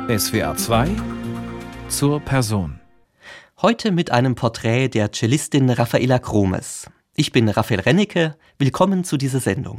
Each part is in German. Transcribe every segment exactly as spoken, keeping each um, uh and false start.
S W R zwei zur Person. Heute mit einem Porträt der Cellistin Raffaella Kromes. Ich bin Raphael Rennecke, willkommen zu dieser Sendung.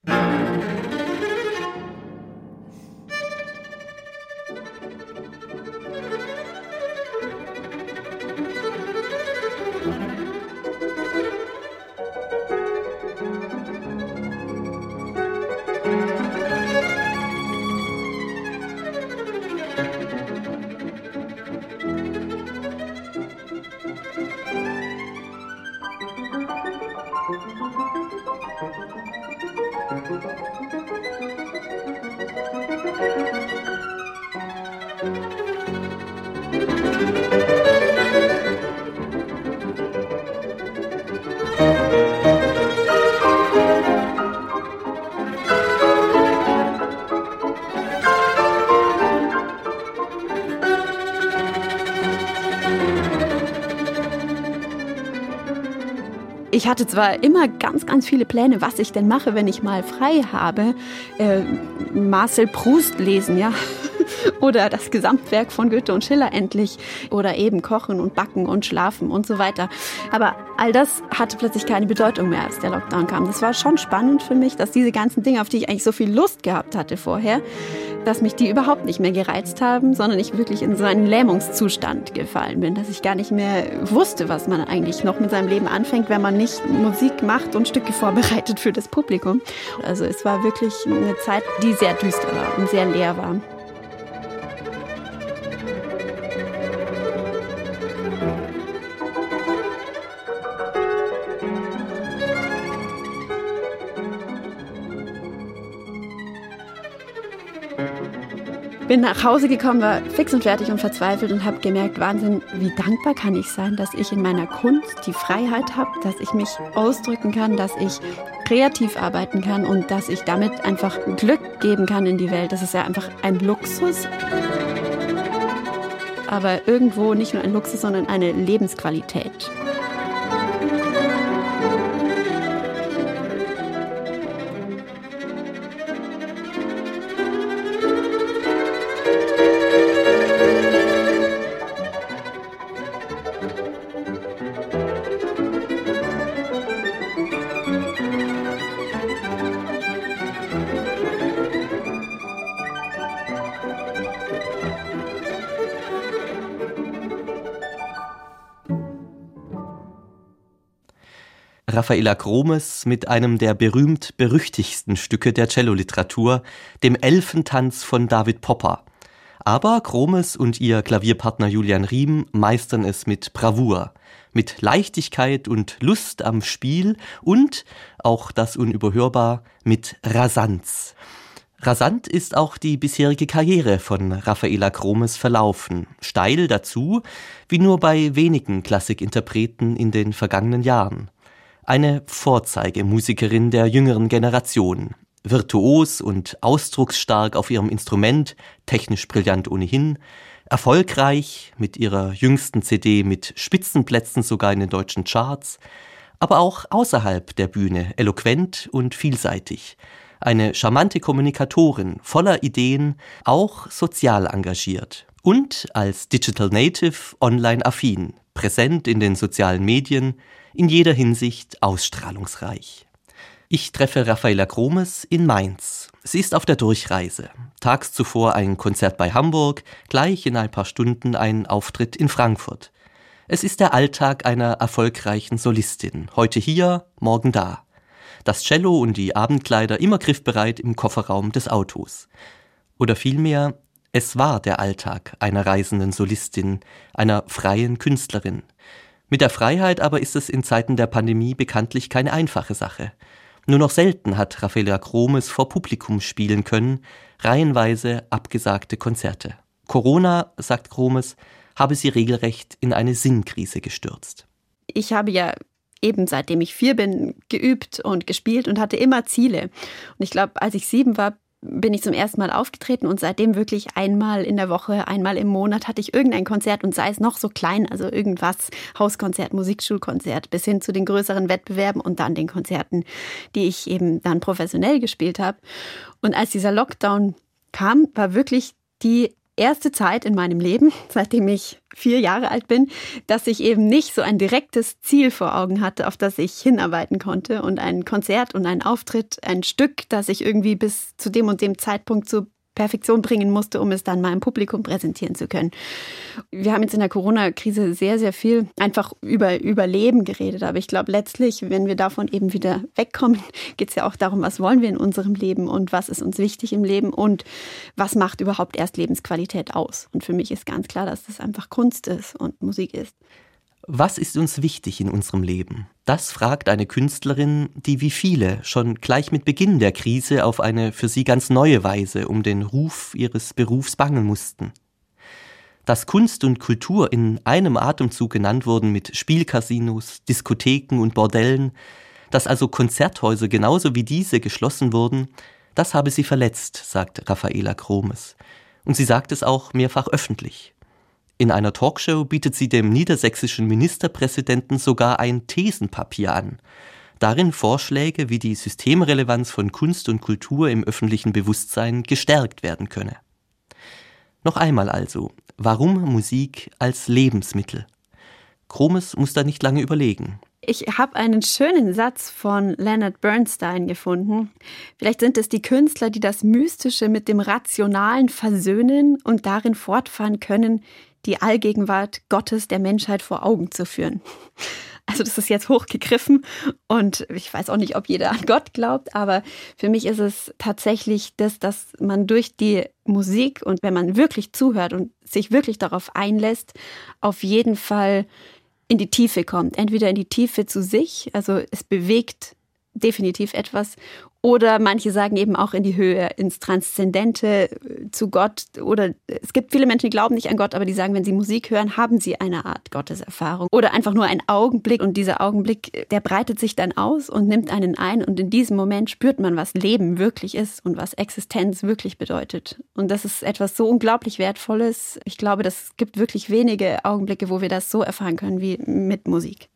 Ich hatte zwar immer ganz, ganz viele Pläne, was ich denn mache, wenn ich mal frei habe. Äh, Marcel Proust lesen, ja. Oder das Gesamtwerk von Goethe und Schiller endlich. Oder eben kochen und backen und schlafen und so weiter. Aber all das hatte plötzlich keine Bedeutung mehr, als der Lockdown kam. Das war schon spannend für mich, dass diese ganzen Dinge, auf die ich eigentlich so viel Lust gehabt hatte vorher, dass mich die überhaupt nicht mehr gereizt haben, sondern ich wirklich in so einen Lähmungszustand gefallen bin, dass ich gar nicht mehr wusste, was man eigentlich noch mit seinem Leben anfängt, wenn man nicht Musik macht und Stücke vorbereitet für das Publikum. Also es war wirklich eine Zeit, die sehr düster war und sehr leer war. Bin nach Hause gekommen, war fix und fertig und verzweifelt und habe gemerkt, Wahnsinn, wie dankbar kann ich sein, dass ich in meiner Kunst die Freiheit habe, dass ich mich ausdrücken kann, dass ich kreativ arbeiten kann und dass ich damit einfach Glück geben kann in die Welt. Das ist ja einfach ein Luxus, aber irgendwo nicht nur ein Luxus, sondern eine Lebensqualität. Raffaella Kromes mit einem der berühmt-berüchtigsten Stücke der Celloliteratur, dem Elfentanz von David Popper. Aber Kromes und ihr Klavierpartner Julian Riem meistern es mit Bravour, mit Leichtigkeit und Lust am Spiel und, auch das unüberhörbar, mit Rasanz. Rasant ist auch die bisherige Karriere von Raffaella Kromes verlaufen. Steil dazu, wie nur bei wenigen Klassikinterpreten in den vergangenen Jahren. Eine Vorzeigemusikerin der jüngeren Generation. Virtuos und ausdrucksstark auf ihrem Instrument, technisch brillant ohnehin, erfolgreich mit ihrer jüngsten C D mit Spitzenplätzen sogar in den deutschen Charts, aber auch außerhalb der Bühne eloquent und vielseitig. Eine charmante Kommunikatorin, voller Ideen, auch sozial engagiert. Und als Digital Native online affin, präsent in den sozialen Medien, in jeder Hinsicht ausstrahlungsreich. Ich treffe Raffaella Kromes in Mainz. Sie ist auf der Durchreise. Tags zuvor ein Konzert bei Hamburg, gleich in ein paar Stunden ein Auftritt in Frankfurt. Es ist der Alltag einer erfolgreichen Solistin. Heute hier, morgen da. Das Cello und die Abendkleider immer griffbereit im Kofferraum des Autos. Oder vielmehr, es war der Alltag einer reisenden Solistin, einer freien Künstlerin. Mit der Freiheit aber ist es in Zeiten der Pandemie bekanntlich keine einfache Sache. Nur noch selten hat Raffaella Kromes vor Publikum spielen können, reihenweise abgesagte Konzerte. Corona, sagt Kromes, habe sie regelrecht in eine Sinnkrise gestürzt. Ich habe ja eben seitdem ich vier bin geübt und gespielt und hatte immer Ziele. Und ich glaube, als ich sieben war, bin ich zum ersten Mal aufgetreten und seitdem wirklich einmal in der Woche, einmal im Monat hatte ich irgendein Konzert und sei es noch so klein, also irgendwas, Hauskonzert, Musikschulkonzert, bis hin zu den größeren Wettbewerben und dann den Konzerten, die ich eben dann professionell gespielt habe. Und als dieser Lockdown kam, war wirklich die erste Zeit in meinem Leben, seitdem ich vier Jahre alt bin, dass ich eben nicht so ein direktes Ziel vor Augen hatte, auf das ich hinarbeiten konnte und ein Konzert und ein Auftritt, ein Stück, das ich irgendwie bis zu dem und dem Zeitpunkt zur Perfektion bringen musste, um es dann meinem Publikum präsentieren zu können. Wir haben jetzt in der Corona-Krise sehr, sehr viel einfach über Überleben geredet. Aber ich glaube letztlich, wenn wir davon eben wieder wegkommen, geht es ja auch darum, was wollen wir in unserem Leben und was ist uns wichtig im Leben und was macht überhaupt erst Lebensqualität aus. Und für mich ist ganz klar, dass das einfach Kunst ist und Musik ist. Was ist uns wichtig in unserem Leben? Das fragt eine Künstlerin, die wie viele schon gleich mit Beginn der Krise auf eine für sie ganz neue Weise um den Ruf ihres Berufs bangen mussten. Dass Kunst und Kultur in einem Atemzug genannt wurden mit Spielcasinos, Diskotheken und Bordellen, dass also Konzerthäuser genauso wie diese geschlossen wurden, das habe sie verletzt, sagt Raffaela Kromes. Und sie sagt es auch mehrfach öffentlich. In einer Talkshow bietet sie dem niedersächsischen Ministerpräsidenten sogar ein Thesenpapier an. Darin Vorschläge, wie die Systemrelevanz von Kunst und Kultur im öffentlichen Bewusstsein gestärkt werden könne. Noch einmal also, warum Musik als Lebensmittel? Kromes muss da nicht lange überlegen. Ich habe einen schönen Satz von Leonard Bernstein gefunden. Vielleicht sind es die Künstler, die das Mystische mit dem Rationalen versöhnen und darin fortfahren können, die Allgegenwart Gottes der Menschheit vor Augen zu führen. Also das ist jetzt hochgegriffen und ich weiß auch nicht, ob jeder an Gott glaubt, aber für mich ist es tatsächlich das, dass man durch die Musik und wenn man wirklich zuhört und sich wirklich darauf einlässt, auf jeden Fall in die Tiefe kommt. Entweder in die Tiefe zu sich, also es bewegt definitiv etwas, oder manche sagen eben auch in die Höhe, ins Transzendente, zu Gott. Oder es gibt viele Menschen, die glauben nicht an Gott, aber die sagen, wenn sie Musik hören, haben sie eine Art Gotteserfahrung. Oder einfach nur einen Augenblick und dieser Augenblick, der breitet sich dann aus und nimmt einen ein und in diesem Moment spürt man, was Leben wirklich ist und was Existenz wirklich bedeutet. Und das ist etwas so unglaublich Wertvolles. Ich glaube, es gibt wirklich wenige Augenblicke, wo wir das so erfahren können wie mit Musik.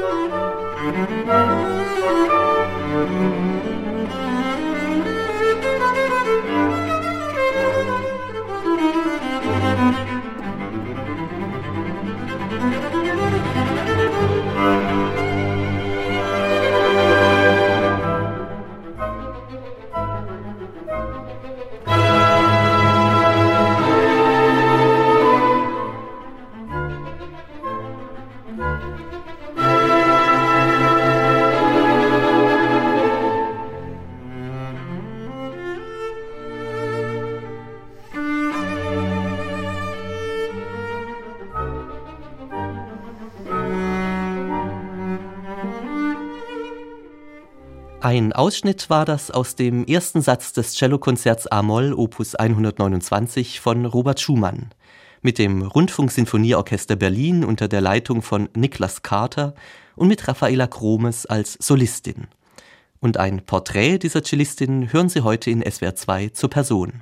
Ein Ausschnitt war das aus dem ersten Satz des Cellokonzerts a-Moll Opus hundertneunundzwanzig von Robert Schumann mit dem Rundfunksinfonieorchester Berlin unter der Leitung von Niklas Carter und mit Raffaela Kromes als Solistin. Und ein Porträt dieser Cellistin hören Sie heute in S W R zwei zur Person.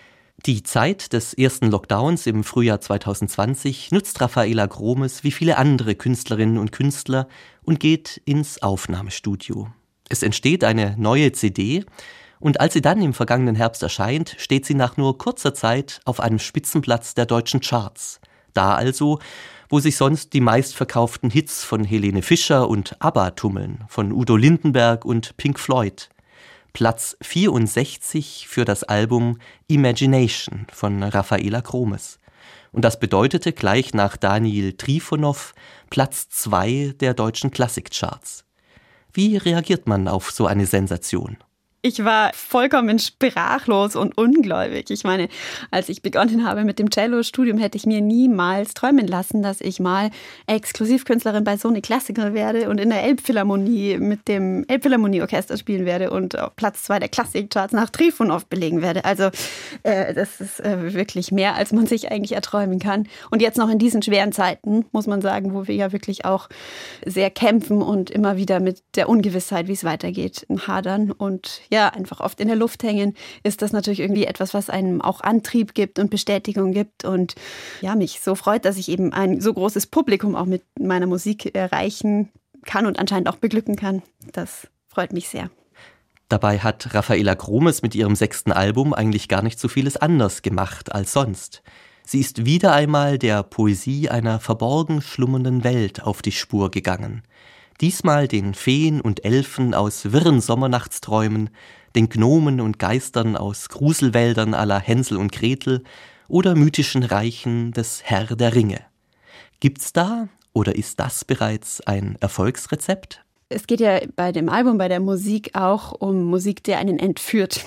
Die Zeit des ersten Lockdowns im Frühjahr zweitausendzwanzig nutzt Raffaela Kromes wie viele andere Künstlerinnen und Künstler und geht ins Aufnahmestudio. Es entsteht eine neue C D und als sie dann im vergangenen Herbst erscheint, steht sie nach nur kurzer Zeit auf einem Spitzenplatz der deutschen Charts. Da also, wo sich sonst die meistverkauften Hits von Helene Fischer und ABBA tummeln, von Udo Lindenberg und Pink Floyd. Platz vierundsechzig für das Album Imagination von Raffaela Kromes. Und das bedeutete gleich nach Daniil Trifonov Platz zwei der deutschen Klassikcharts. Wie reagiert man auf so eine Sensation? Ich war vollkommen sprachlos und ungläubig. Ich meine, als ich begonnen habe mit dem Cello-Studium, hätte ich mir niemals träumen lassen, dass ich mal Exklusivkünstlerin bei Sony Classical werde und in der Elbphilharmonie mit dem Elbphilharmonieorchester spielen werde und Platz zwei der Klassikcharts nach Trifonov belegen werde. Also äh, das ist äh, wirklich mehr, als man sich eigentlich erträumen kann. Und jetzt noch in diesen schweren Zeiten, muss man sagen, wo wir ja wirklich auch sehr kämpfen und immer wieder mit der Ungewissheit, wie es weitergeht, hadern und ja, einfach oft in der Luft hängen, ist das natürlich irgendwie etwas, was einem auch Antrieb gibt und Bestätigung gibt und ja, mich so freut, dass ich eben ein so großes Publikum auch mit meiner Musik erreichen kann und anscheinend auch beglücken kann. Das freut mich sehr. Dabei hat Raffaela Kromes mit ihrem sechsten Album eigentlich gar nicht so vieles anders gemacht als sonst. Sie ist wieder einmal der Poesie einer verborgen schlummernden Welt auf die Spur gegangen. Diesmal den Feen und Elfen aus wirren Sommernachtsträumen, den Gnomen und Geistern aus Gruselwäldern à la Hänsel und Gretel oder mythischen Reichen des Herr der Ringe. Gibt's da oder ist das bereits ein Erfolgsrezept? Es geht ja bei dem Album, bei der Musik auch um Musik, die einen entführt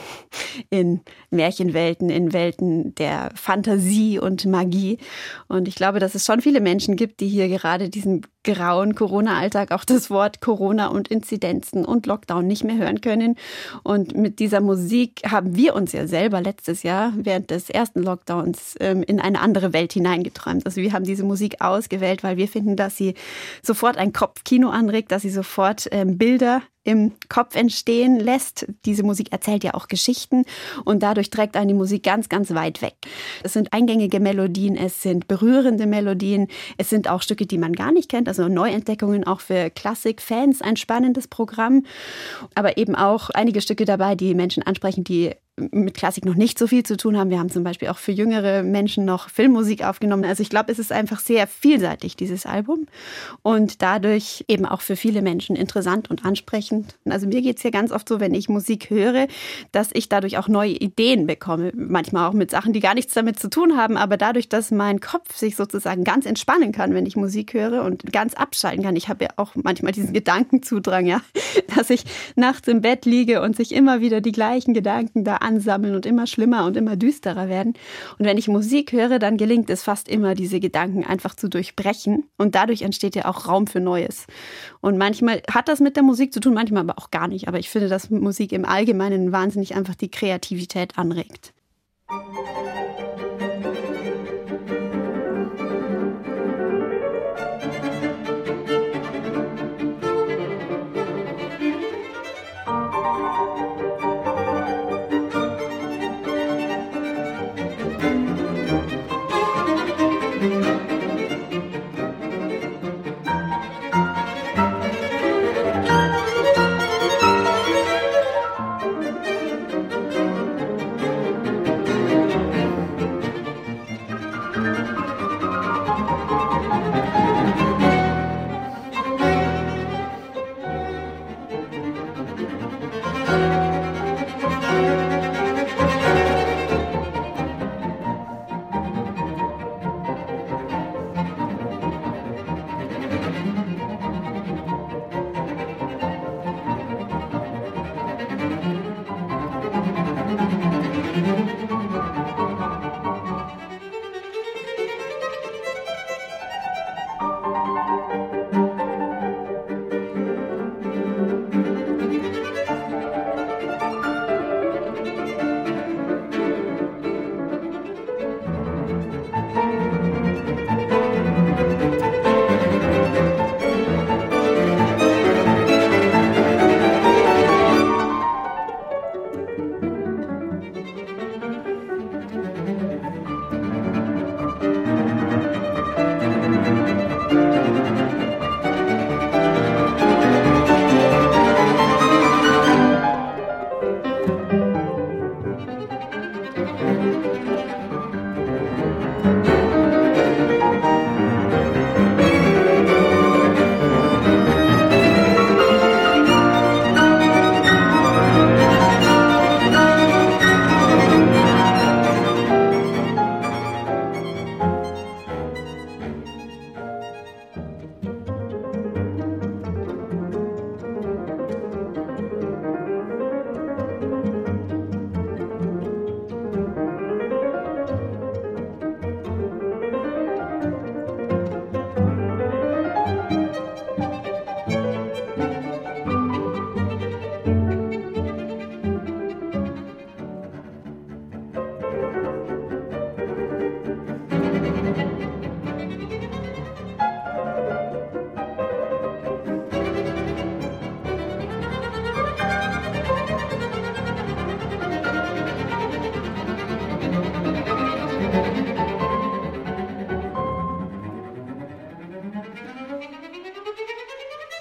in Märchenwelten, in Welten der Fantasie und Magie. Und ich glaube, dass es schon viele Menschen gibt, die hier gerade diesen grauen Corona-Alltag, auch das Wort Corona und Inzidenzen und Lockdown nicht mehr hören können. Und mit dieser Musik haben wir uns ja selber letztes Jahr während des ersten Lockdowns ähm, in eine andere Welt hineingeträumt. Also wir haben diese Musik ausgewählt, weil wir finden, dass sie sofort ein Kopfkino anregt, dass sie sofort ähm, Bilder im Kopf entstehen lässt. Diese Musik erzählt ja auch Geschichten und dadurch trägt einen die Musik ganz, ganz weit weg. Es sind eingängige Melodien, es sind berührende Melodien, es sind auch Stücke, die man gar nicht kennt, also Neuentdeckungen auch für Klassikfans, ein spannendes Programm, aber eben auch einige Stücke dabei, die Menschen ansprechen, die mit Klassik noch nicht so viel zu tun haben. Wir haben zum Beispiel auch für jüngere Menschen noch Filmmusik aufgenommen. Also ich glaube, es ist einfach sehr vielseitig, dieses Album. Und dadurch eben auch für viele Menschen interessant und ansprechend. Also mir geht es ja ganz oft so, wenn ich Musik höre, dass ich dadurch auch neue Ideen bekomme. Manchmal auch mit Sachen, die gar nichts damit zu tun haben. Aber dadurch, dass mein Kopf sich sozusagen ganz entspannen kann, wenn ich Musik höre und ganz abschalten kann. Ich habe ja auch manchmal diesen Gedankenzudrang, ja, dass ich nachts im Bett liege und sich immer wieder die gleichen Gedanken da ansammeln und immer schlimmer und immer düsterer werden. Und wenn ich Musik höre, dann gelingt es fast immer, diese Gedanken einfach zu durchbrechen. Und dadurch entsteht ja auch Raum für Neues. Und manchmal hat das mit der Musik zu tun, manchmal aber auch gar nicht. Aber ich finde, dass Musik im Allgemeinen wahnsinnig einfach die Kreativität anregt.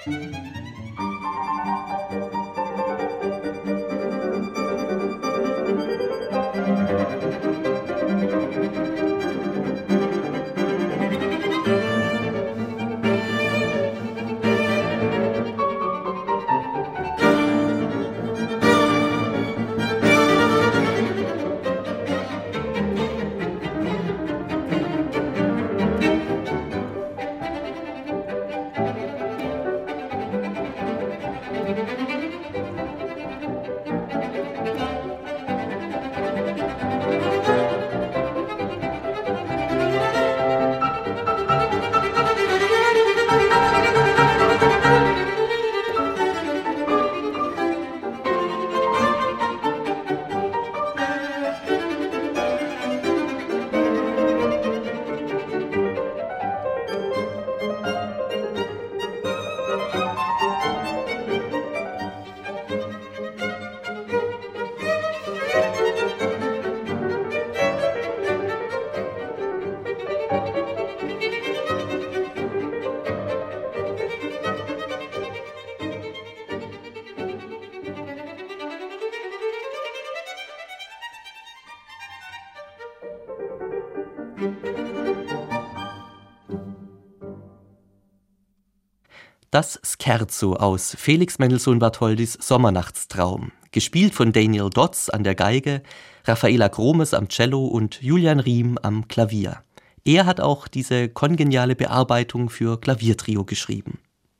Das Scherzo aus Felix Mendelssohn Bartholdys Sommernachtstraum, gespielt von Daniel Dodds an der Geige, Raffaela Gromes am Cello und Julian Riem am Klavier. Er hat auch diese kongeniale Bearbeitung für Klaviertrio geschrieben.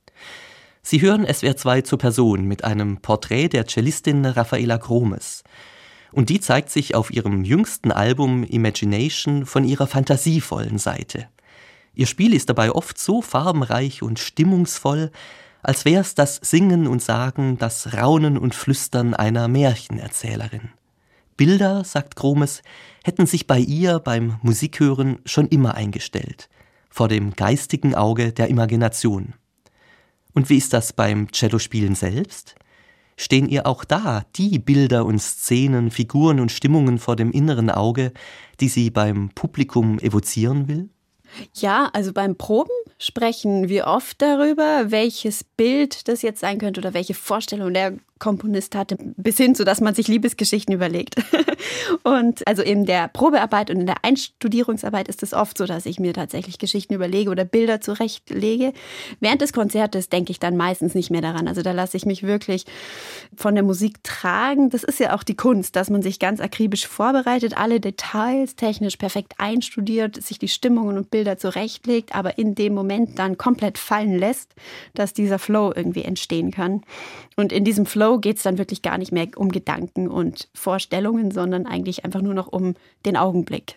Sie hören S W R zwei zur Person mit einem Porträt der Cellistin Raffaela Gromes. Und die zeigt sich auf ihrem jüngsten Album Imagination von ihrer fantasievollen Seite. Ihr Spiel ist dabei oft so farbenreich und stimmungsvoll, als wäre es das Singen und Sagen, das Raunen und Flüstern einer Märchenerzählerin. Bilder, sagt Gromes, hätten sich bei ihr beim Musikhören schon immer eingestellt, vor dem geistigen Auge der Imagination. Und wie ist das beim Cellospielen selbst? Stehen ihr auch da die Bilder und Szenen, Figuren und Stimmungen vor dem inneren Auge, die sie beim Publikum evozieren will? Ja, also beim Proben sprechen wir oft darüber, welches Bild das jetzt sein könnte oder welche Vorstellung der Komponist hatte, bis hin zu, dass man sich Liebesgeschichten überlegt. Und also in der Probearbeit und in der Einstudierungsarbeit ist es oft so, dass ich mir tatsächlich Geschichten überlege oder Bilder zurechtlege. Während des Konzertes denke ich dann meistens nicht mehr daran. Also da lasse ich mich wirklich von der Musik tragen. Das ist ja auch die Kunst, dass man sich ganz akribisch vorbereitet, alle Details technisch perfekt einstudiert, sich die Stimmungen und Bilder zurechtlegt, aber in dem Moment dann komplett fallen lässt, dass dieser Flow irgendwie entstehen kann. Und in diesem Flow geht es dann wirklich gar nicht mehr um Gedanken und Vorstellungen, sondern eigentlich einfach nur noch um den Augenblick.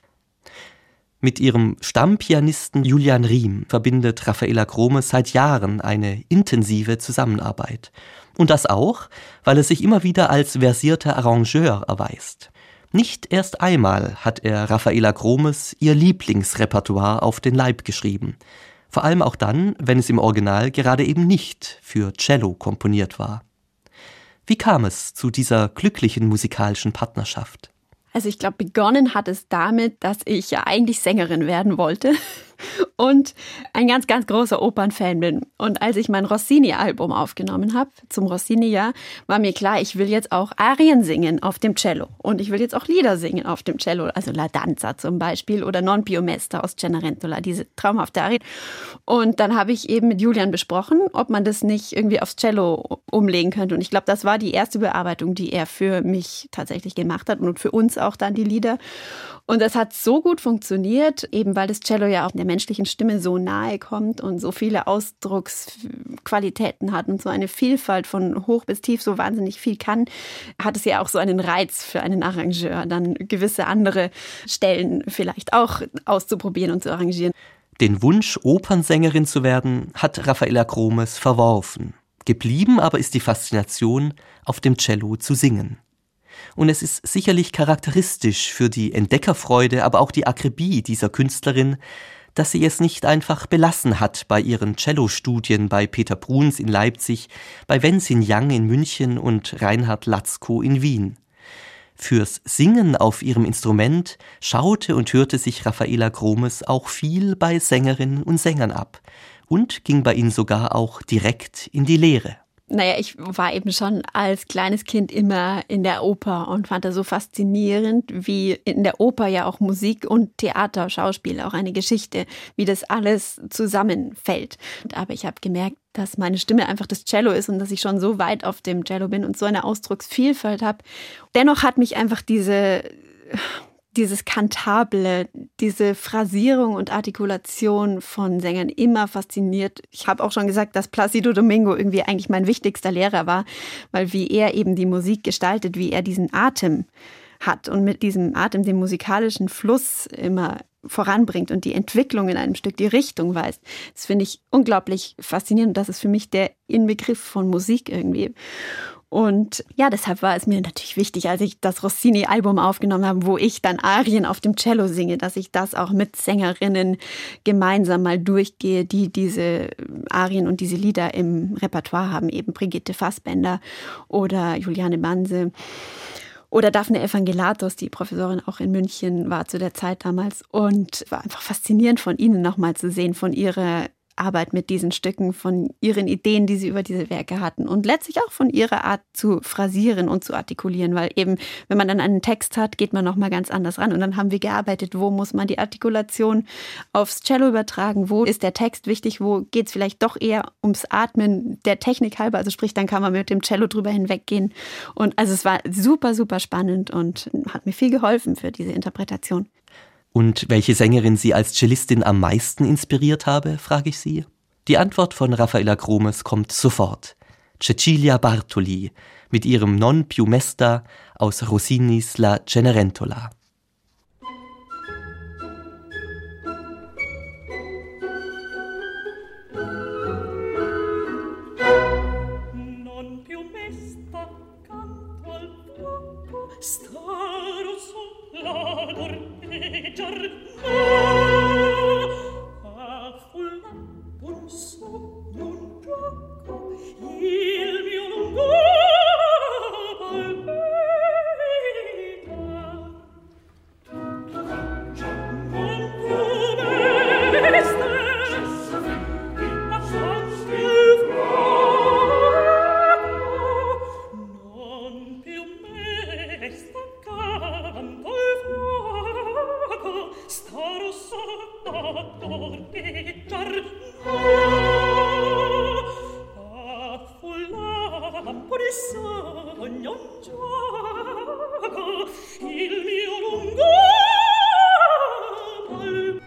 Mit ihrem Stammpianisten Julian Riem verbindet Raffaela Gromes seit Jahren eine intensive Zusammenarbeit. Und das auch, weil er sich immer wieder als versierter Arrangeur erweist. Nicht erst einmal hat er Raffaela Gromes ihr Lieblingsrepertoire auf den Leib geschrieben. Vor allem auch dann, wenn es im Original gerade eben nicht für Cello komponiert war. Wie kam es zu dieser glücklichen musikalischen Partnerschaft? Also ich glaube, begonnen hat es damit, dass ich ja eigentlich Sängerin werden wollte und ein ganz, ganz großer Opernfan bin. Und als ich mein Rossini-Album aufgenommen habe, zum Rossini-Jahr, war mir klar, ich will jetzt auch Arien singen auf dem Cello. Und ich will jetzt auch Lieder singen auf dem Cello, also La Danza zum Beispiel oder Non più mesta aus Cenerentola, diese traumhafte Arie. Und dann habe ich eben mit Julian besprochen, ob man das nicht irgendwie aufs Cello umlegen könnte. Und ich glaube, das war die erste Bearbeitung, die er für mich tatsächlich gemacht hat und für uns auch dann die Lieder. Und das hat so gut funktioniert, eben weil das Cello ja auch der menschlichen Stimme so nahe kommt und so viele Ausdrucksqualitäten hat und so eine Vielfalt von hoch bis tief so wahnsinnig viel kann, hat es ja auch so einen Reiz für einen Arrangeur, dann gewisse andere Stellen vielleicht auch auszuprobieren und zu arrangieren. Den Wunsch, Opernsängerin zu werden, hat Raffaela Gromes verworfen. Geblieben aber ist die Faszination, auf dem Cello zu singen. Und es ist sicherlich charakteristisch für die Entdeckerfreude, aber auch die Akribie dieser Künstlerin, dass sie es nicht einfach belassen hat bei ihren Cellostudien bei Peter Bruns in Leipzig, bei Wenzin Yang in München und Reinhard Latzko in Wien. Fürs Singen auf ihrem Instrument schaute und hörte sich Raffaela Gromes auch viel bei Sängerinnen und Sängern ab und ging bei ihnen sogar auch direkt in die Lehre. Naja, ich war eben schon als kleines Kind immer in der Oper und fand das so faszinierend, wie in der Oper ja auch Musik und Theater, Schauspiel, auch eine Geschichte, wie das alles zusammenfällt. Aber ich habe gemerkt, dass meine Stimme einfach das Cello ist und dass ich schon so weit auf dem Cello bin und so eine Ausdrucksvielfalt habe. Dennoch hat mich einfach diese... dieses Kantable, diese Phrasierung und Artikulation von Sängern immer fasziniert. Ich habe auch schon gesagt, dass Plácido Domingo irgendwie eigentlich mein wichtigster Lehrer war, weil wie er eben die Musik gestaltet, wie er diesen Atem hat und mit diesem Atem den musikalischen Fluss immer voranbringt und die Entwicklung in einem Stück, die Richtung weist. Das finde ich unglaublich faszinierend. Das ist für mich der Inbegriff von Musik irgendwie. Und ja, deshalb war es mir natürlich wichtig, als ich das Rossini-Album aufgenommen habe, wo ich dann Arien auf dem Cello singe, dass ich das auch mit Sängerinnen gemeinsam mal durchgehe, die diese Arien und diese Lieder im Repertoire haben, eben Brigitte Fassbender oder Juliane Banse oder Daphne Evangelatos, die Professorin auch in München war zu der Zeit damals. Und es war einfach faszinierend von ihnen nochmal zu sehen, von ihrer Arbeit mit diesen Stücken, von ihren Ideen, die sie über diese Werke hatten und letztlich auch von ihrer Art zu phrasieren und zu artikulieren, weil eben, wenn man dann einen Text hat, geht man nochmal ganz anders ran und dann haben wir gearbeitet, wo muss man die Artikulation aufs Cello übertragen, wo ist der Text wichtig, wo geht es vielleicht doch eher ums Atmen der Technik halber, also sprich, dann kann man mit dem Cello drüber hinweggehen und also es war super, super spannend und hat mir viel geholfen für diese Interpretation. Und welche Sängerin Sie als Cellistin am meisten inspiriert habe, frage ich Sie. Die Antwort von Raffaella Gromes kommt sofort. Cecilia Bartoli mit ihrem Non più mesta aus Rossinis La Cenerentola. Non più mesta canto al fuoco, staro sulla dormeggiar, no, affollato un sogno, un gioco, il mio lungo palpita. Non più mesta, affanti il fuoco, non più mesta canto il fuoco, staro sotto torpeggiar, no, affollato di sogno un gioco, il mio lungo palpito.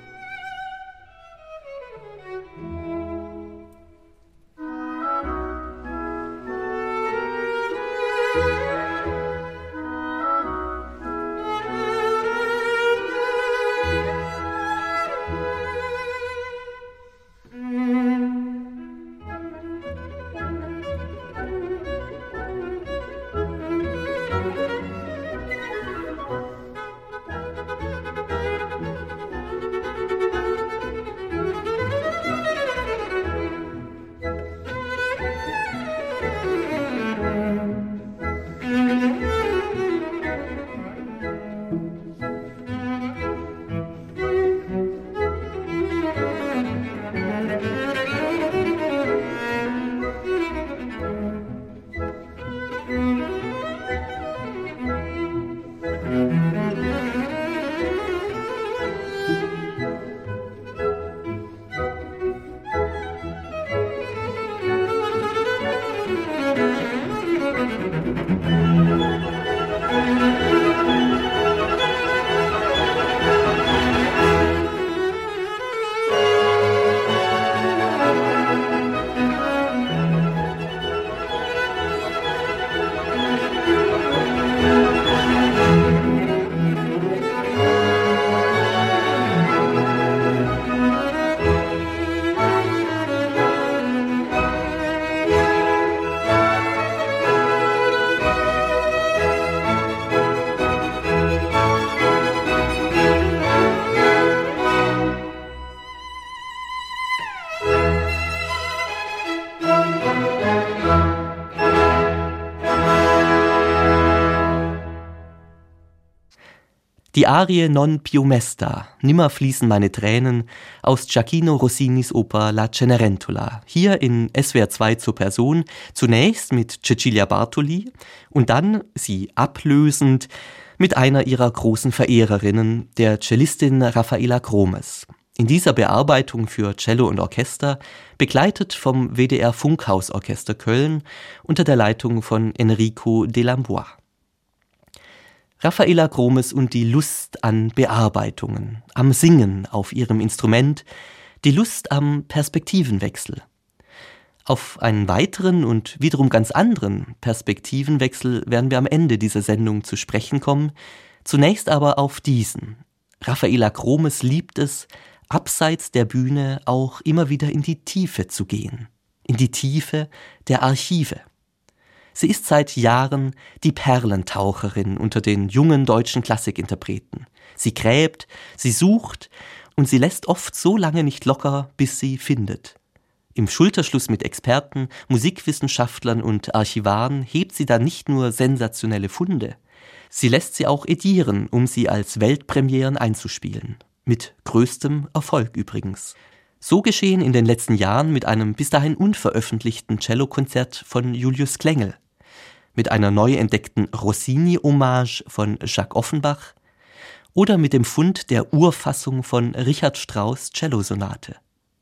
Die Arie Non più mesta, Nimmer fließen meine Tränen, aus Gioacchino Rossinis Oper La Cenerentola, hier in S W R zwei zur Person, zunächst mit Cecilia Bartoli und dann, sie ablösend, mit einer ihrer großen Verehrerinnen, der Cellistin Raffaella Gromes. In dieser Bearbeitung für Cello und Orchester, begleitet vom W D R Funkhausorchester Köln unter der Leitung von Enrico Delambois. Raffaella Gromes und die Lust an Bearbeitungen, am Singen auf ihrem Instrument, die Lust am Perspektivenwechsel. Auf einen weiteren und wiederum ganz anderen Perspektivenwechsel werden wir am Ende dieser Sendung zu sprechen kommen, zunächst aber auf diesen. Raffaella Gromes liebt es, abseits der Bühne auch immer wieder in die Tiefe zu gehen, in die Tiefe der Archive. Sie ist seit Jahren die Perlentaucherin unter den jungen deutschen Klassikinterpreten. Sie gräbt, sie sucht und sie lässt oft so lange nicht locker, bis sie findet. Im Schulterschluss mit Experten, Musikwissenschaftlern und Archivaren hebt sie dann nicht nur sensationelle Funde, sie lässt sie auch edieren, um sie als Weltpremieren einzuspielen. Mit größtem Erfolg übrigens. So geschehen in den letzten Jahren mit einem bis dahin unveröffentlichten Cellokonzert von Julius Klengel, mit einer neu entdeckten Rossini-Hommage von Jacques Offenbach oder mit dem Fund der Urfassung von Richard Strauss' Cellosonate.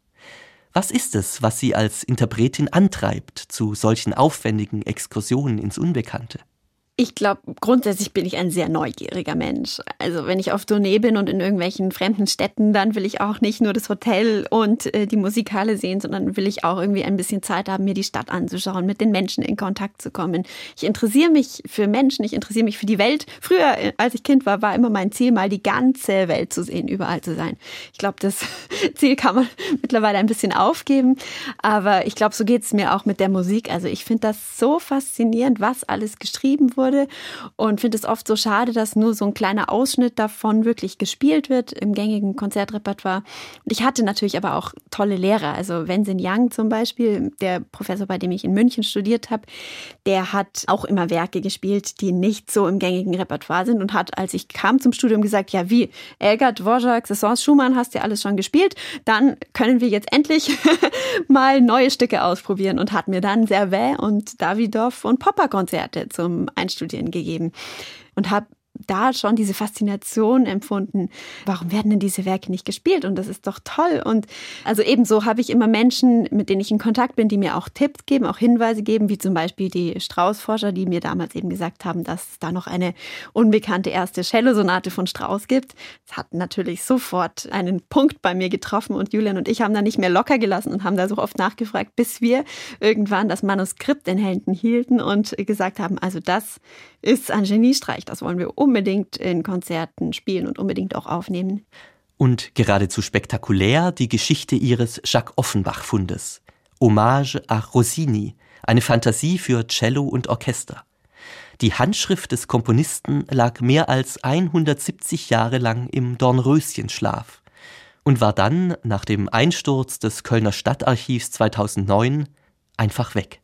Was ist es, was sie als Interpretin antreibt zu solchen aufwendigen Exkursionen ins Unbekannte? Ich glaube, grundsätzlich bin ich ein sehr neugieriger Mensch. Also wenn ich auf Tournee bin und in irgendwelchen fremden Städten, dann will ich auch nicht nur das Hotel und äh, die Musikhalle sehen, sondern will ich auch irgendwie ein bisschen Zeit haben, mir die Stadt anzuschauen, mit den Menschen in Kontakt zu kommen. Ich interessiere mich für Menschen, ich interessiere mich für die Welt. Früher, als ich Kind war, war immer mein Ziel, mal die ganze Welt zu sehen, überall zu sein. Ich glaube, das Ziel kann man mittlerweile ein bisschen aufgeben. Aber ich glaube, so geht es mir auch mit der Musik. Also ich finde das so faszinierend, was alles geschrieben wurde. Und finde es oft so schade, dass nur so ein kleiner Ausschnitt davon wirklich gespielt wird im gängigen Konzertrepertoire. Und ich hatte natürlich aber auch tolle Lehrer. Also Wenzin Yang zum Beispiel, der Professor, bei dem ich in München studiert habe, der hat auch immer Werke gespielt, die nicht so im gängigen Repertoire sind und hat, als ich kam zum Studium, gesagt, ja wie, Elgar, Dvorak, Saint-Saëns, Schumann hast du ja alles schon gespielt, dann können wir jetzt endlich mal neue Stücke ausprobieren und hat mir dann Servais und Davidoff und Popper-Konzerte zum Einstudieren gegeben und habe da schon diese Faszination empfunden. Warum werden denn diese Werke nicht gespielt? Und das ist doch toll. Und also ebenso habe ich immer Menschen, mit denen ich in Kontakt bin, die mir auch Tipps geben, auch Hinweise geben, wie zum Beispiel die Strauss-Forscher, die mir damals eben gesagt haben, dass es da noch eine unbekannte erste Cellosonate von Strauss gibt. Das hat natürlich sofort einen Punkt bei mir getroffen und Julian und ich haben da nicht mehr locker gelassen und haben da so oft nachgefragt, bis wir irgendwann das Manuskript in Händen hielten und gesagt haben, also das ist ein Geniestreich, das wollen wir unbedingt in Konzerten spielen und unbedingt auch aufnehmen. Und geradezu spektakulär die Geschichte ihres Jacques Offenbach-Fundes. Hommage à Rossini, eine Fantasie für Cello und Orchester. Die Handschrift des Komponisten lag mehr als hundertsiebzig Jahre lang im Dornröschenschlaf und war dann, nach dem Einsturz des Kölner Stadtarchivs zweitausendneun, einfach weg.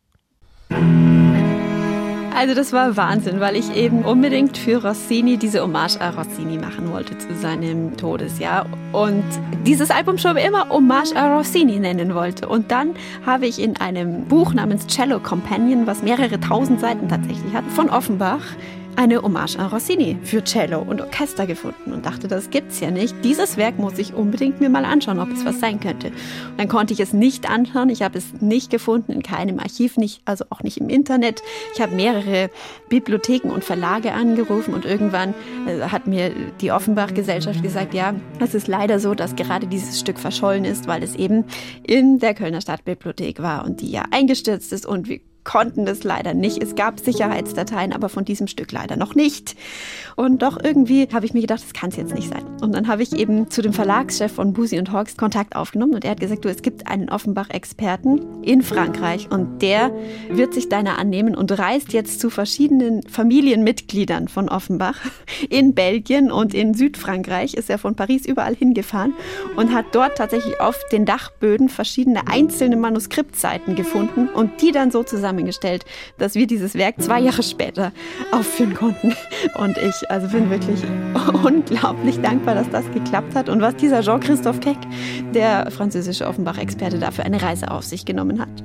Also das war Wahnsinn, weil ich eben unbedingt für Rossini diese Hommage à Rossini machen wollte zu seinem Todesjahr und dieses Album schon immer Hommage à Rossini nennen wollte. Und dann habe ich in einem Buch namens Cello Companion, was mehrere tausend Seiten tatsächlich hat, von Offenbach, eine Hommage an Rossini für Cello und Orchester gefunden und dachte, das gibt's ja nicht. Dieses Werk muss ich unbedingt mir mal anschauen, ob es was sein könnte. Und dann konnte ich es nicht anschauen. Ich habe es nicht gefunden, in keinem Archiv, nicht, also auch nicht im Internet. Ich habe mehrere Bibliotheken und Verlage angerufen und irgendwann äh, hat mir die Offenbach-Gesellschaft gesagt, ja, es ist leider so, dass gerade dieses Stück verschollen ist, weil es eben in der Kölner Stadtbibliothek war und die ja eingestürzt ist und wir konnten das leider nicht. Es gab Sicherheitsdateien, aber von diesem Stück leider noch nicht. Und doch irgendwie habe ich mir gedacht, das kann es jetzt nicht sein. Und dann habe ich eben zu dem Verlagschef von Boosey und Hawkes Kontakt aufgenommen und er hat gesagt, du, es gibt einen Offenbach-Experten in Frankreich und der wird sich deiner annehmen und reist jetzt zu verschiedenen Familienmitgliedern von Offenbach in Belgien und in Südfrankreich, ist er von Paris überall hingefahren und hat dort tatsächlich auf den Dachböden verschiedene einzelne Manuskriptseiten gefunden und die dann so zusammen zusammengestellt, dass wir dieses Werk zwei Jahre später aufführen konnten. Und ich also bin wirklich unglaublich dankbar, dass das geklappt hat und was dieser Jean-Christophe Keck, der französische Offenbach-Experte, dafür eine Reise auf sich genommen hat.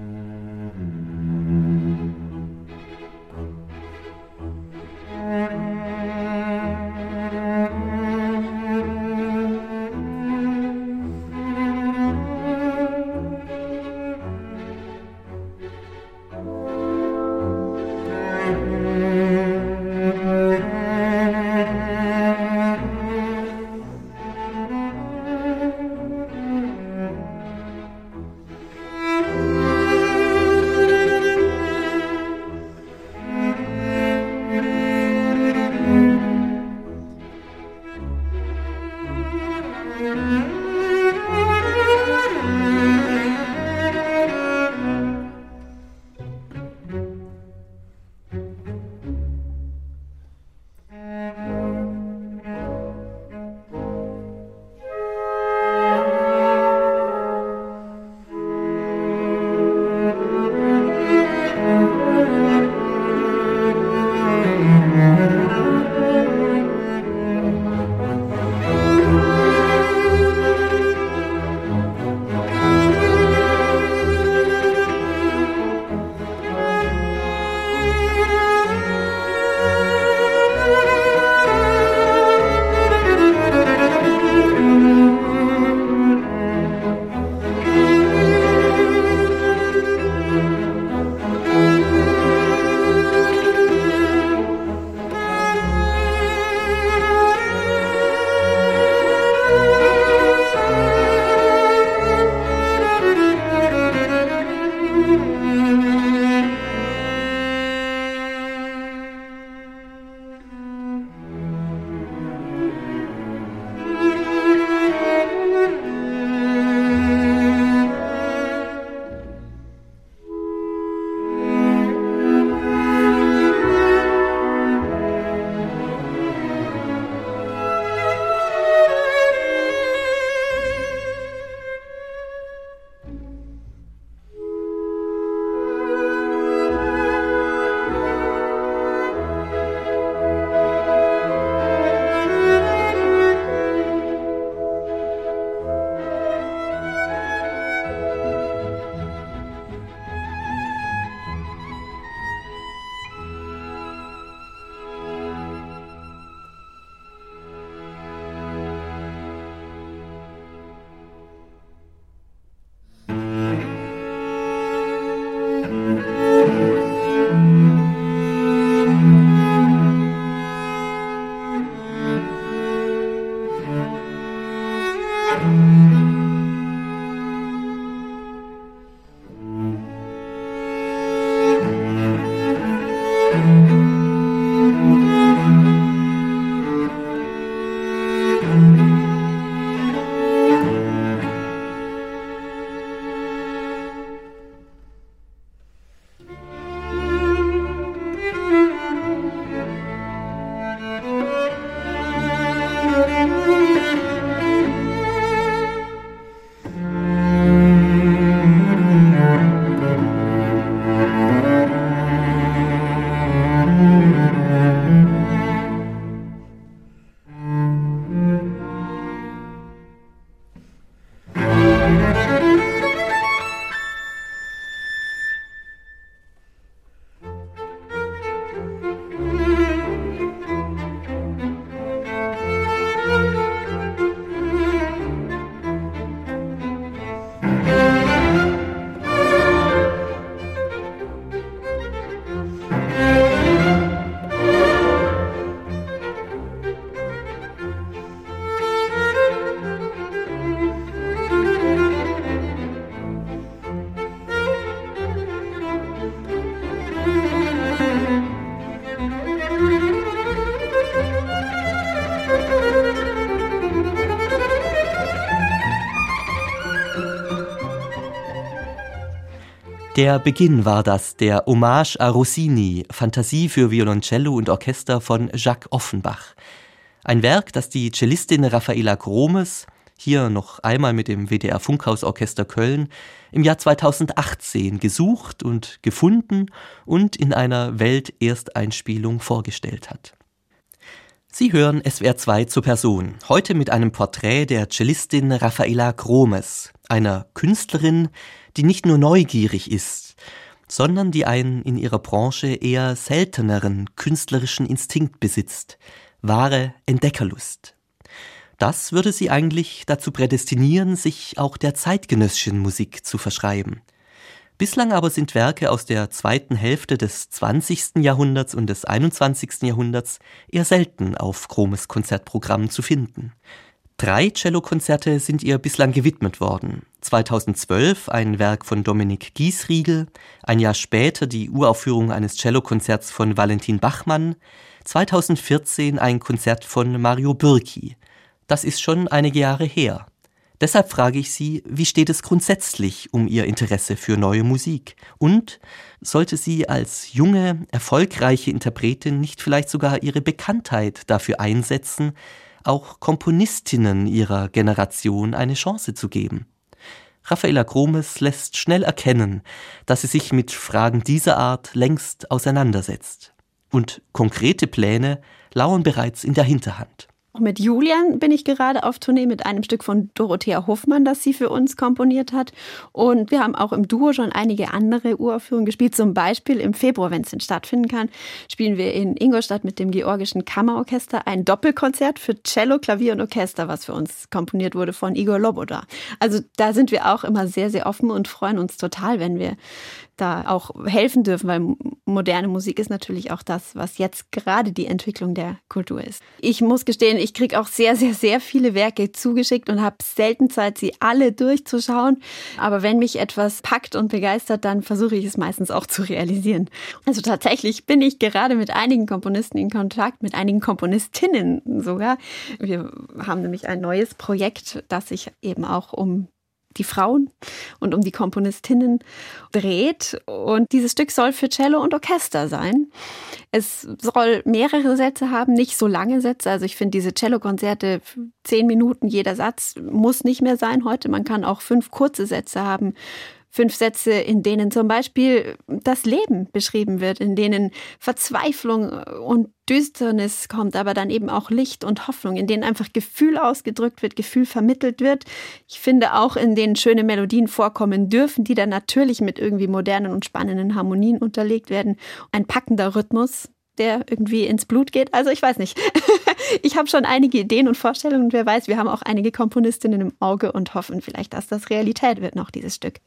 Der Beginn war das, der Hommage à Rossini, Fantasie für Violoncello und Orchester von Jacques Offenbach. Ein Werk, das die Cellistin Raffaella Gromes hier noch einmal mit dem W D R Funkhausorchester Köln, im Jahr zweitausendachtzehn gesucht und gefunden und in einer Weltersteinspielung vorgestellt hat. Sie hören S W R zwei zur Person, heute mit einem Porträt der Cellistin Raffaella Gromes, einer Künstlerin, die nicht nur neugierig ist, sondern die einen in ihrer Branche eher selteneren künstlerischen Instinkt besitzt, wahre Entdeckerlust. Das würde sie eigentlich dazu prädestinieren, sich auch der zeitgenössischen Musik zu verschreiben. Bislang aber sind Werke aus der zweiten Hälfte des zwanzigsten Jahrhunderts und des einundzwanzigsten Jahrhunderts eher selten auf Gromes Konzertprogrammen zu finden. Drei Cellokonzerte sind ihr bislang gewidmet worden. zweitausendzwölf ein Werk von Dominik Giesriegel, ein Jahr später die Uraufführung eines Cellokonzerts von Valentin Bachmann, zweitausendvierzehn ein Konzert von Mario Bürki. Das ist schon einige Jahre her. Deshalb frage ich Sie, wie steht es grundsätzlich um Ihr Interesse für neue Musik? Und sollte sie als junge, erfolgreiche Interpretin nicht vielleicht sogar ihre Bekanntheit dafür einsetzen, auch Komponistinnen ihrer Generation eine Chance zu geben? Raffaella Gromes lässt schnell erkennen, dass sie sich mit Fragen dieser Art längst auseinandersetzt. Und konkrete Pläne lauern bereits in der Hinterhand. Mit Julian bin ich gerade auf Tournee mit einem Stück von Dorothea Hoffmann, das sie für uns komponiert hat. Und wir haben auch im Duo schon einige andere Uraufführungen gespielt. Zum Beispiel im Februar, wenn es denn stattfinden kann, spielen wir in Ingolstadt mit dem Georgischen Kammerorchester ein Doppelkonzert für Cello, Klavier und Orchester, was für uns komponiert wurde von Igor Loboda. Also da sind wir auch immer sehr, sehr offen und freuen uns total, wenn wir da auch helfen dürfen, weil moderne Musik ist natürlich auch das, was jetzt gerade die Entwicklung der Kultur ist. Ich muss gestehen, ich kriege auch sehr, sehr, sehr viele Werke zugeschickt und habe selten Zeit, sie alle durchzuschauen. Aber wenn mich etwas packt und begeistert, dann versuche ich es meistens auch zu realisieren. Also tatsächlich bin ich gerade mit einigen Komponisten in Kontakt, mit einigen Komponistinnen sogar. Wir haben nämlich ein neues Projekt, das sich eben auch um die Frauen und um die Komponistinnen dreht. Und dieses Stück soll für Cello und Orchester sein. Es soll mehrere Sätze haben, nicht so lange Sätze. Also ich finde diese Cellokonzerte, zehn Minuten jeder Satz, muss nicht mehr sein heute. Man kann auch fünf kurze Sätze haben. Fünf Sätze, in denen zum Beispiel das Leben beschrieben wird, in denen Verzweiflung und Düsternis kommt, aber dann eben auch Licht und Hoffnung, in denen einfach Gefühl ausgedrückt wird, Gefühl vermittelt wird. Ich finde auch, in denen schöne Melodien vorkommen dürfen, die dann natürlich mit irgendwie modernen und spannenden Harmonien unterlegt werden. Ein packender Rhythmus, der irgendwie ins Blut geht. Also ich weiß nicht. Ich habe schon einige Ideen und Vorstellungen und wer weiß, wir haben auch einige Komponistinnen im Auge und hoffen vielleicht, dass das Realität wird noch, dieses Stück.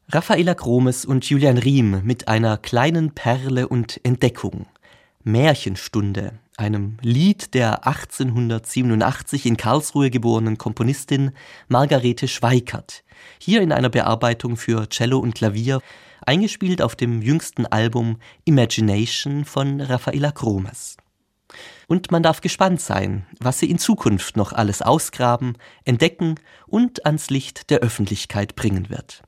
Raffaela Gromes und Julian Riem mit einer kleinen Perle und Entdeckung. Märchenstunde, einem Lied der achtzehnhundertsiebenundachtzig in Karlsruhe geborenen Komponistin Margarete Schweikert. Hier in einer Bearbeitung für Cello und Klavier, eingespielt auf dem jüngsten Album Imagination von Raffaela Gromes. Und man darf gespannt sein, was sie in Zukunft noch alles ausgraben, entdecken und ans Licht der Öffentlichkeit bringen wird.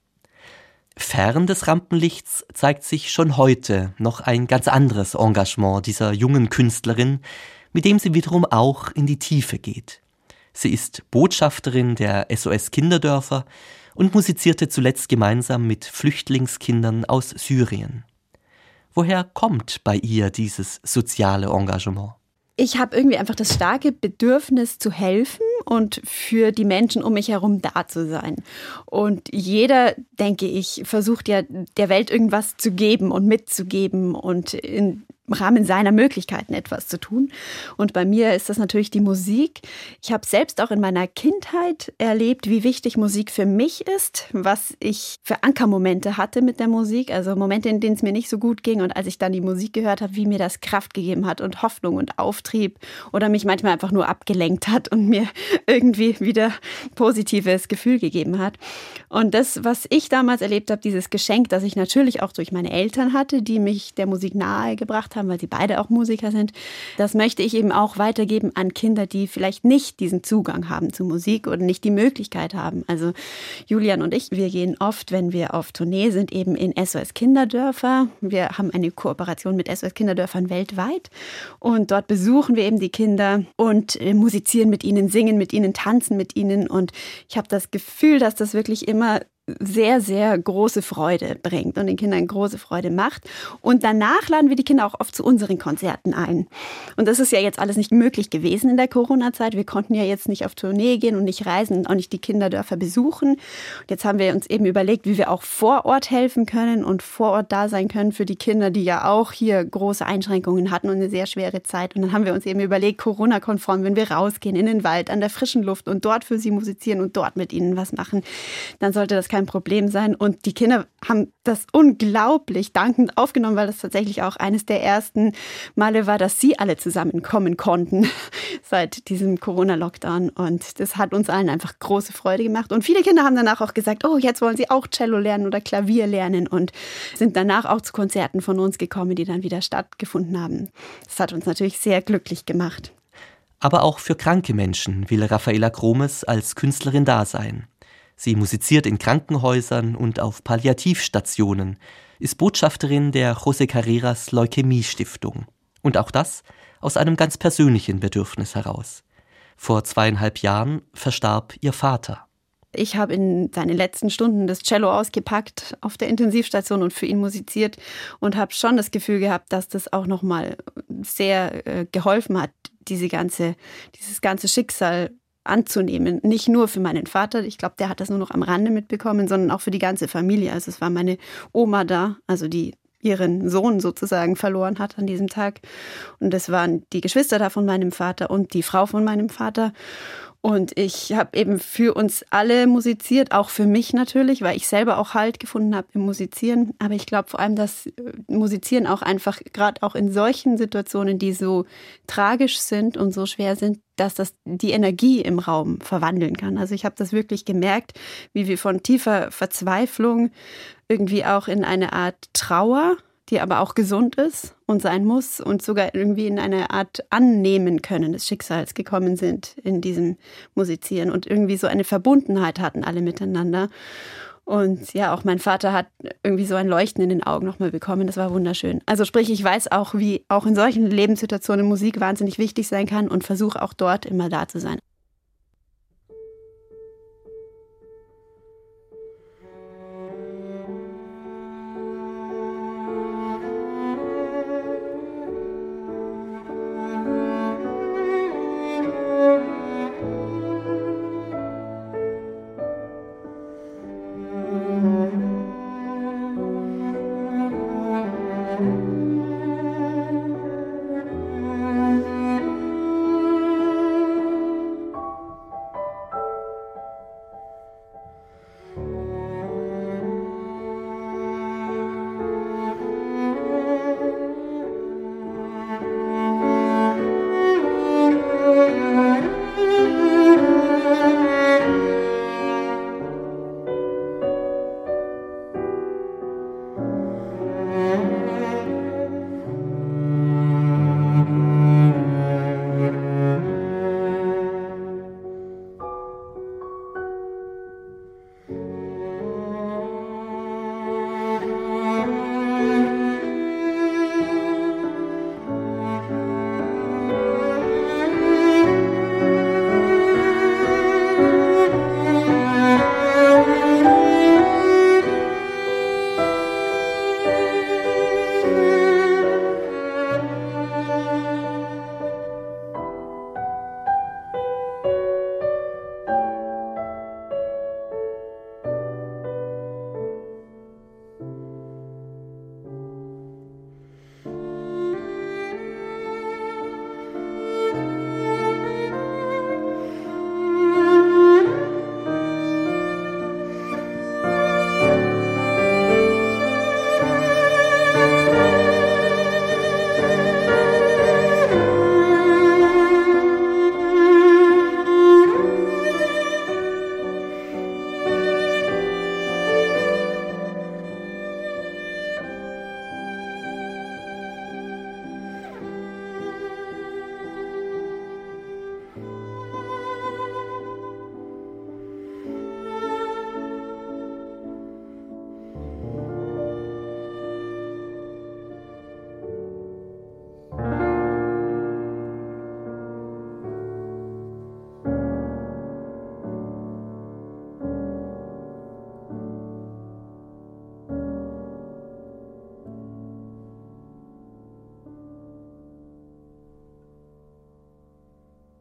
Fern des Rampenlichts zeigt sich schon heute noch ein ganz anderes Engagement dieser jungen Künstlerin, mit dem sie wiederum auch in die Tiefe geht. Sie ist Botschafterin der S O S Kinderdörfer und musizierte zuletzt gemeinsam mit Flüchtlingskindern aus Syrien. Woher kommt bei ihr dieses soziale Engagement? Ich habe irgendwie einfach das starke Bedürfnis zu helfen und für die Menschen um mich herum da zu sein. Und jeder, denke ich, versucht ja der Welt irgendwas zu geben und mitzugeben und in im Rahmen seiner Möglichkeiten etwas zu tun. Und bei mir ist das natürlich die Musik. Ich habe selbst auch in meiner Kindheit erlebt, wie wichtig Musik für mich ist, was ich für Ankermomente hatte mit der Musik, also Momente, in denen es mir nicht so gut ging und als ich dann die Musik gehört habe, wie mir das Kraft gegeben hat und Hoffnung und Auftrieb oder mich manchmal einfach nur abgelenkt hat und mir irgendwie wieder positives Gefühl gegeben hat. Und das, was ich damals erlebt habe, dieses Geschenk, das ich natürlich auch durch meine Eltern hatte, die mich der Musik nahegebracht haben, weil sie beide auch Musiker sind. Das möchte ich eben auch weitergeben an Kinder, die vielleicht nicht diesen Zugang haben zu Musik oder nicht die Möglichkeit haben. Also Julian und ich, wir gehen oft, wenn wir auf Tournee sind, eben in S O S Kinderdörfer. Wir haben eine Kooperation mit S O S Kinderdörfern weltweit und dort besuchen wir eben die Kinder und musizieren mit ihnen, singen mit ihnen, tanzen mit ihnen und ich habe das Gefühl, dass das wirklich immer sehr, sehr große Freude bringt und den Kindern große Freude macht. Und danach laden wir die Kinder auch oft zu unseren Konzerten ein. Und das ist ja jetzt alles nicht möglich gewesen in der Corona-Zeit. Wir konnten ja jetzt nicht auf Tournee gehen und nicht reisen und auch nicht die Kinderdörfer besuchen. Und jetzt haben wir uns eben überlegt, wie wir auch vor Ort helfen können und vor Ort da sein können für die Kinder, die ja auch hier große Einschränkungen hatten und eine sehr schwere Zeit. Und dann haben wir uns eben überlegt, Corona-konform, wenn wir rausgehen in den Wald, an der frischen Luft und dort für sie musizieren und dort mit ihnen was machen, dann sollte das kein Problem sein. Und die Kinder haben das unglaublich dankend aufgenommen, weil das tatsächlich auch eines der ersten Male war, dass sie alle zusammenkommen konnten seit diesem Corona-Lockdown. Und das hat uns allen einfach große Freude gemacht. Und viele Kinder haben danach auch gesagt, oh, jetzt wollen sie auch Cello lernen oder Klavier lernen und sind danach auch zu Konzerten von uns gekommen, die dann wieder stattgefunden haben. Das hat uns natürlich sehr glücklich gemacht. Aber auch für kranke Menschen will Raffaela Gromes als Künstlerin da sein. Sie musiziert in Krankenhäusern und auf Palliativstationen, ist Botschafterin der José Carreras Leukämie-Stiftung. Und auch das aus einem ganz persönlichen Bedürfnis heraus. Vor zweieinhalb Jahren verstarb ihr Vater. Ich habe in seinen letzten Stunden das Cello ausgepackt auf der Intensivstation und für ihn musiziert und habe schon das Gefühl gehabt, dass das auch nochmal sehr äh, geholfen hat, diese ganze, dieses ganze Schicksal anzunehmen. Nicht nur für meinen Vater, ich glaube, der hat das nur noch am Rande mitbekommen, sondern auch für die ganze Familie. Also es war meine Oma da, also die ihren Sohn sozusagen verloren hat an diesem Tag. Und es waren die Geschwister da von meinem Vater und die Frau von meinem Vater. Und ich habe eben für uns alle musiziert, auch für mich natürlich, weil ich selber auch Halt gefunden habe im Musizieren. Aber ich glaube vor allem, dass Musizieren auch einfach, gerade auch in solchen Situationen, die so tragisch sind und so schwer sind, dass das die Energie im Raum verwandeln kann. Also ich habe das wirklich gemerkt, wie wir von tiefer Verzweiflung irgendwie auch in eine Art Trauer, die aber auch gesund ist und sein muss und sogar irgendwie in eine Art Annehmen können des Schicksals gekommen sind in diesem Musizieren und irgendwie so eine Verbundenheit hatten alle miteinander. Und ja, auch mein Vater hat irgendwie so ein Leuchten in den Augen nochmal bekommen. Das war wunderschön. Also sprich, ich weiß auch, wie auch in solchen Lebenssituationen Musik wahnsinnig wichtig sein kann und versuche auch dort immer da zu sein.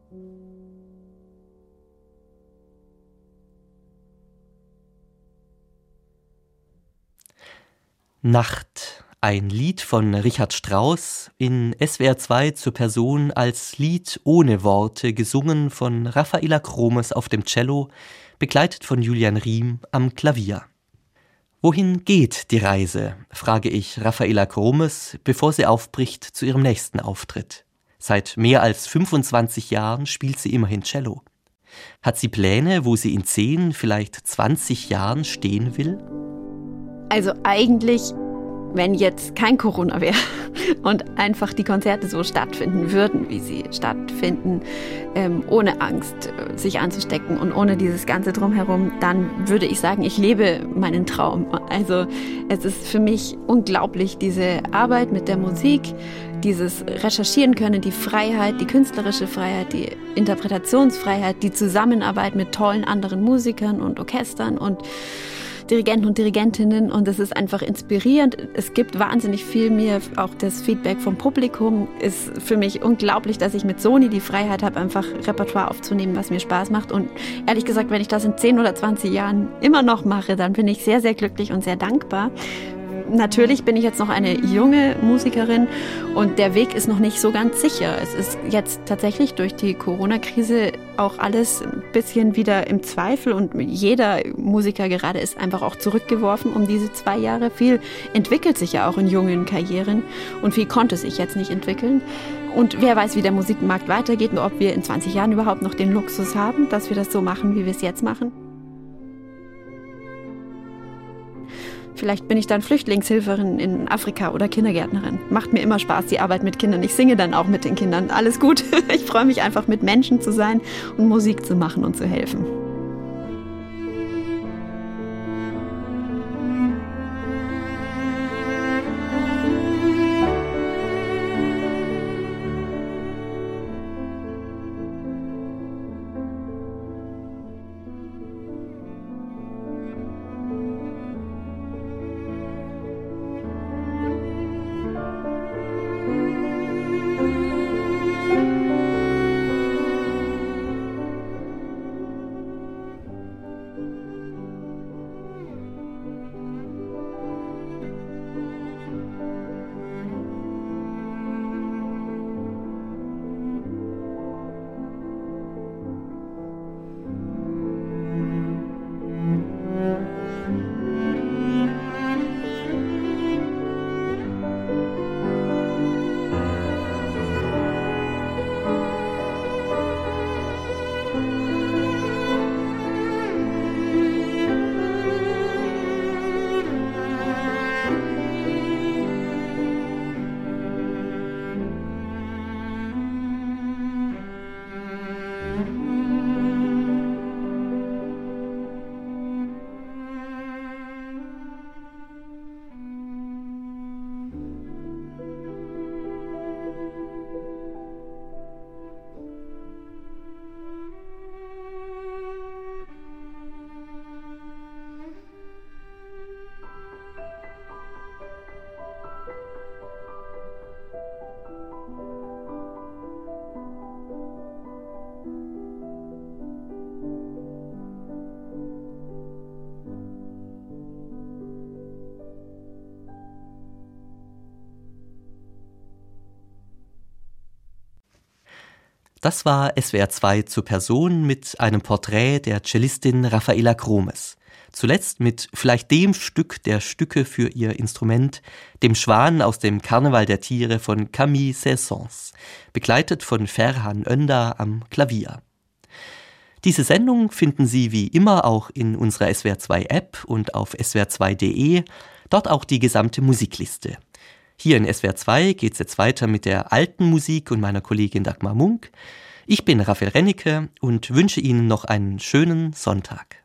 Nacht, ein Lied von Richard Strauss, in S W R zwei zur Person als Lied ohne Worte, gesungen von Raffaela Kromes auf dem Cello, begleitet von Julian Riem am Klavier. Wohin geht die Reise, frage ich Raffaela Kromes, bevor sie aufbricht zu ihrem nächsten Auftritt. Seit mehr als fünfundzwanzig Jahren spielt sie immerhin Cello. Hat sie Pläne, wo sie in zehn, vielleicht zwanzig Jahren stehen will? Also eigentlich, wenn jetzt kein Corona wäre und einfach die Konzerte so stattfinden würden, wie sie stattfinden, ähm, ohne Angst, äh, sich anzustecken und ohne dieses ganze Drumherum, dann würde ich sagen, ich lebe meinen Traum. Also es ist für mich unglaublich, diese Arbeit mit der Musik, dieses Recherchieren können, die Freiheit, die künstlerische Freiheit, die Interpretationsfreiheit, die Zusammenarbeit mit tollen anderen Musikern und Orchestern und Dirigenten und Dirigentinnen, und es ist einfach inspirierend. Es gibt wahnsinnig viel mir, auch das Feedback vom Publikum ist für mich unglaublich, dass ich mit Sony die Freiheit habe, einfach Repertoire aufzunehmen, was mir Spaß macht, und ehrlich gesagt, wenn ich das in zehn oder zwanzig Jahren immer noch mache, dann bin ich sehr, sehr glücklich und sehr dankbar. Natürlich bin ich jetzt noch eine junge Musikerin und der Weg ist noch nicht so ganz sicher. Es ist jetzt tatsächlich durch die Corona-Krise auch alles ein bisschen wieder im Zweifel und jeder Musiker gerade ist einfach auch zurückgeworfen um diese zwei Jahre. Viel entwickelt sich ja auch in jungen Karrieren und viel konnte sich jetzt nicht entwickeln. Und wer weiß, wie der Musikmarkt weitergeht und ob wir in zwanzig Jahren überhaupt noch den Luxus haben, dass wir das so machen, wie wir es jetzt machen. Vielleicht bin ich dann Flüchtlingshilferin in Afrika oder Kindergärtnerin. Macht mir immer Spaß, die Arbeit mit Kindern. Ich singe dann auch mit den Kindern. Alles gut. Ich freue mich einfach, mit Menschen zu sein und Musik zu machen und zu helfen. Das war S W R zwei zur Person mit einem Porträt der Cellistin Raffaela Kromes. Zuletzt mit vielleicht dem Stück der Stücke für ihr Instrument, dem Schwan aus dem Karneval der Tiere von Camille Saint-Saëns, begleitet von Ferhan Önder am Klavier. Diese Sendung finden Sie wie immer auch in unserer S W R zwei App und auf s w r zwei punkt d e, dort auch die gesamte Musikliste. Hier in S W R zwei geht es jetzt weiter mit der alten Musik und meiner Kollegin Dagmar Munk. Ich bin Raphael Rennecke und wünsche Ihnen noch einen schönen Sonntag.